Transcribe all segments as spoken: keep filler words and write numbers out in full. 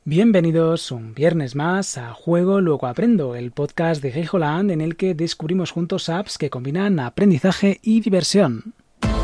Bienvenidos un viernes más a Juego Luego Aprendo, el podcast de Heijoland en el que descubrimos juntos apps que combinan aprendizaje y diversión.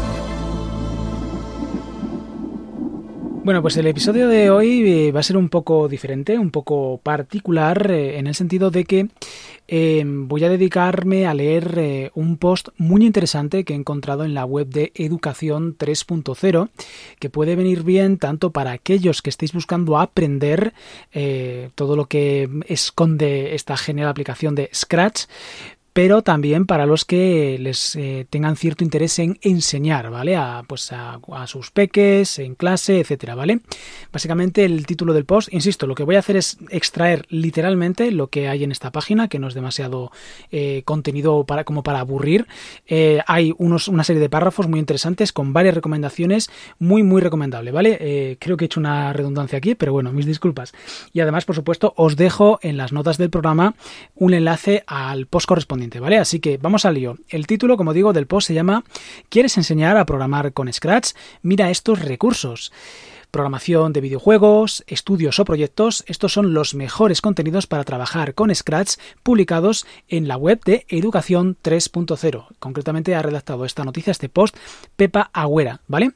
Bueno, pues el episodio de hoy va a ser un poco diferente, un poco particular, eh, en el sentido de que eh, voy a dedicarme a leer eh, un post muy interesante que he encontrado en la web de Educación tres punto cero, que puede venir bien tanto para aquellos que estéis buscando aprender eh, todo lo que esconde esta genial aplicación de Scratch, pero también para los que les eh, tengan cierto interés en enseñar, ¿vale? A, pues a, a sus peques, en clase, etcétera, ¿vale? Básicamente el título del post, insisto, lo que voy a hacer es extraer literalmente lo que hay en esta página, que no es demasiado eh, contenido para, como para aburrir. Eh, hay unos, una serie de párrafos muy interesantes con varias recomendaciones, muy, muy recomendable, ¿vale? Eh, creo que he hecho una redundancia aquí, pero bueno, mis disculpas. Y además, por supuesto, os dejo en las notas del programa un enlace al post correspondiente, ¿vale? Así que vamos al lío. El título, como digo, del post se llama ¿Quieres enseñar a programar con Scratch? Mira estos recursos. Programación de videojuegos, estudios o proyectos, estos son los mejores contenidos para trabajar con Scratch publicados en la web de Educación tres punto cero. Concretamente ha redactado esta noticia, este post, Pepa Agüera, ¿vale?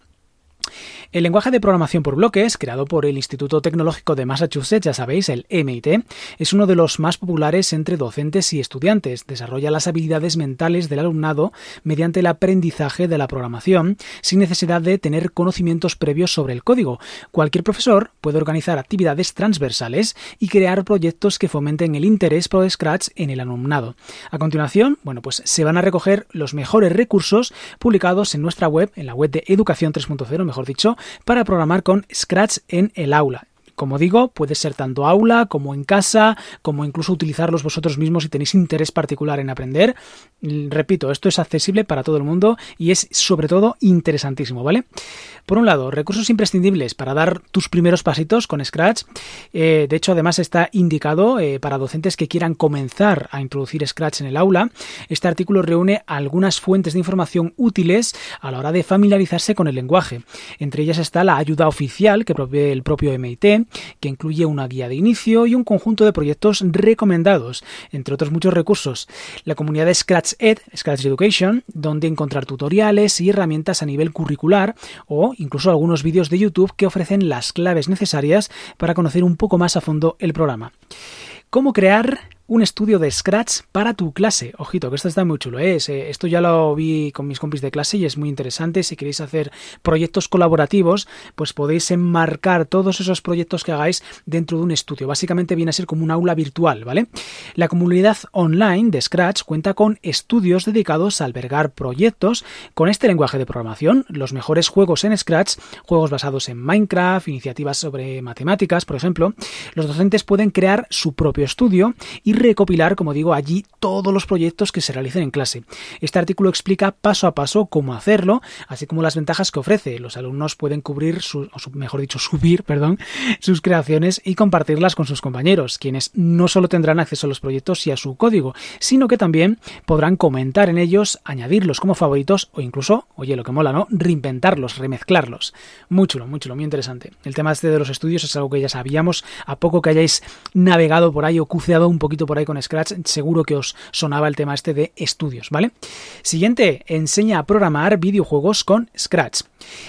El lenguaje de programación por bloques, creado por el Instituto Tecnológico de Massachusetts, ya sabéis, el M I T, es uno de los más populares entre docentes y estudiantes. Desarrolla las habilidades mentales del alumnado mediante el aprendizaje de la programación, sin necesidad de tener conocimientos previos sobre el código. Cualquier profesor puede organizar actividades transversales y crear proyectos que fomenten el interés por Scratch en el alumnado. A continuación, bueno, pues se van a recoger los mejores recursos publicados en nuestra web, en la web de Educación tres punto cero, mejor dicho, para programar con Scratch en el aula. Como digo, puede ser tanto aula como en casa, como incluso utilizarlos vosotros mismos si tenéis interés particular en aprender. Repito, esto es accesible para todo el mundo y es sobre todo interesantísimo, ¿vale? Por un lado, recursos imprescindibles para dar tus primeros pasitos con Scratch. Eh, de hecho, además está indicado eh, para docentes que quieran comenzar a introducir Scratch en el aula. Este artículo reúne algunas fuentes de información útiles a la hora de familiarizarse con el lenguaje. Entre ellas está la ayuda oficial que provee el propio M I T, que incluye una guía de inicio y un conjunto de proyectos recomendados, entre otros muchos recursos. La comunidad de Scratch Ed, Scratch Education, donde encontrar tutoriales y herramientas a nivel curricular o incluso algunos vídeos de YouTube que ofrecen las claves necesarias para conocer un poco más a fondo el programa. ¿Cómo crear un estudio de Scratch para tu clase? Ojito, que esto está muy chulo, ¿eh? Esto ya lo vi con mis compis de clase y es muy interesante. Si queréis hacer proyectos colaborativos, pues podéis enmarcar todos esos proyectos que hagáis dentro de un estudio. Básicamente viene a ser como un aula virtual, ¿vale? La comunidad online de Scratch cuenta con estudios dedicados a albergar proyectos con este lenguaje de programación, los mejores juegos en Scratch, juegos basados en Minecraft, iniciativas sobre matemáticas, por ejemplo. Los docentes pueden crear su propio estudio y recopilar, como digo, allí todos los proyectos que se realicen en clase. Este artículo explica paso a paso cómo hacerlo, así como las ventajas que ofrece. Los alumnos pueden cubrir, su, o mejor dicho, subir, perdón, sus creaciones y compartirlas con sus compañeros, quienes no solo tendrán acceso a los proyectos y a su código, sino que también podrán comentar en ellos, añadirlos como favoritos o incluso, oye, lo que mola, ¿no?, reinventarlos, remezclarlos. Muy chulo, muy chulo, muy interesante. El tema este de los estudios es algo que ya sabíamos, a poco que hayáis navegado por ahí o cuceado un poquito por ahí con Scratch, seguro que os sonaba el tema este de estudios, ¿vale? Siguiente, enseña a programar videojuegos con Scratch.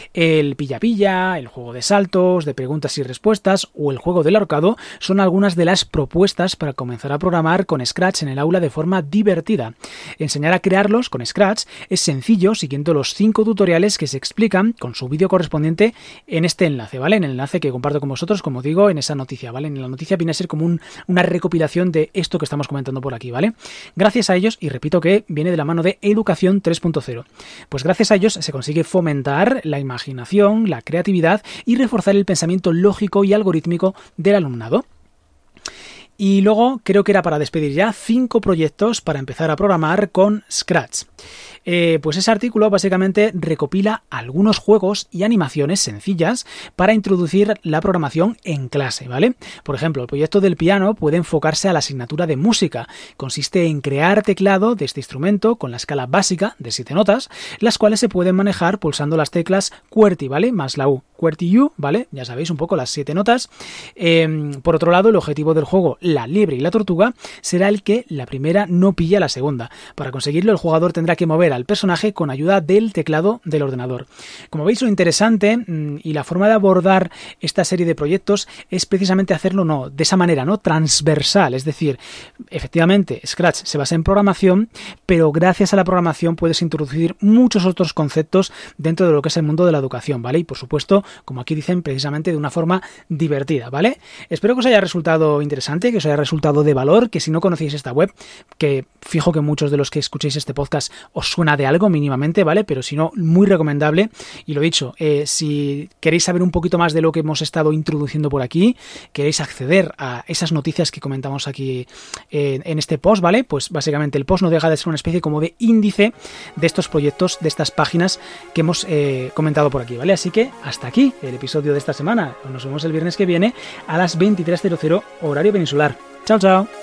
El pilla-pilla, el juego de saltos, de preguntas y respuestas o el juego del ahorcado son algunas de las propuestas para comenzar a programar con Scratch en el aula de forma divertida. Enseñar a crearlos con Scratch es sencillo siguiendo los cinco tutoriales que se explican con su vídeo correspondiente en este enlace, ¿vale? En el enlace que comparto con vosotros, como digo, en esa noticia, ¿vale? En la noticia viene a ser como un, una recopilación de esto que estamos comentando por aquí, ¿vale? Gracias a ellos, y repito que viene de la mano de Educación tres punto cero, pues gracias a ellos se consigue fomentar la imaginación, la creatividad y reforzar el pensamiento lógico y algorítmico del alumnado. Y luego, creo que era para despedir ya, cinco proyectos para empezar a programar con Scratch. Eh, pues ese artículo básicamente recopila algunos juegos y animaciones sencillas para introducir la programación en clase, ¿vale? Por ejemplo, el proyecto del piano puede enfocarse a la asignatura de música. Consiste en crear teclado de este instrumento con la escala básica de siete notas, las cuales se pueden manejar pulsando las teclas QWERTY, ¿vale? Más la U. QWERTY-U, ¿vale? Ya sabéis un poco las siete notas. Eh, por otro lado, el objetivo del juego, la liebre y la tortuga, será el que la primera no pille a la segunda. Para conseguirlo, el jugador tendrá que mover al personaje con ayuda del teclado del ordenador. Como veis, lo interesante mmm, y la forma de abordar esta serie de proyectos es precisamente hacerlo no de esa manera, ¿no? Transversal, es decir, efectivamente, Scratch se basa en programación, pero gracias a la programación puedes introducir muchos otros conceptos dentro de lo que es el mundo de la educación, ¿vale? Y por supuesto, como aquí dicen, precisamente de una forma divertida, ¿vale? Espero que os haya resultado interesante, que os haya resultado de valor, que si no conocéis esta web, que fijo que muchos de los que escuchéis este podcast os suena de algo mínimamente, ¿vale? Pero si no, muy recomendable. Y lo dicho, eh, si queréis saber un poquito más de lo que hemos estado introduciendo por aquí, queréis acceder a esas noticias que comentamos aquí eh, en este post, ¿vale? Pues básicamente el post no deja de ser una especie como de índice de estos proyectos, de estas páginas que hemos eh, comentado por aquí, ¿vale? Así que hasta aquí el episodio de esta semana. Nos vemos el viernes que viene a las veintitrés cero cero horario peninsular. Chao, chao.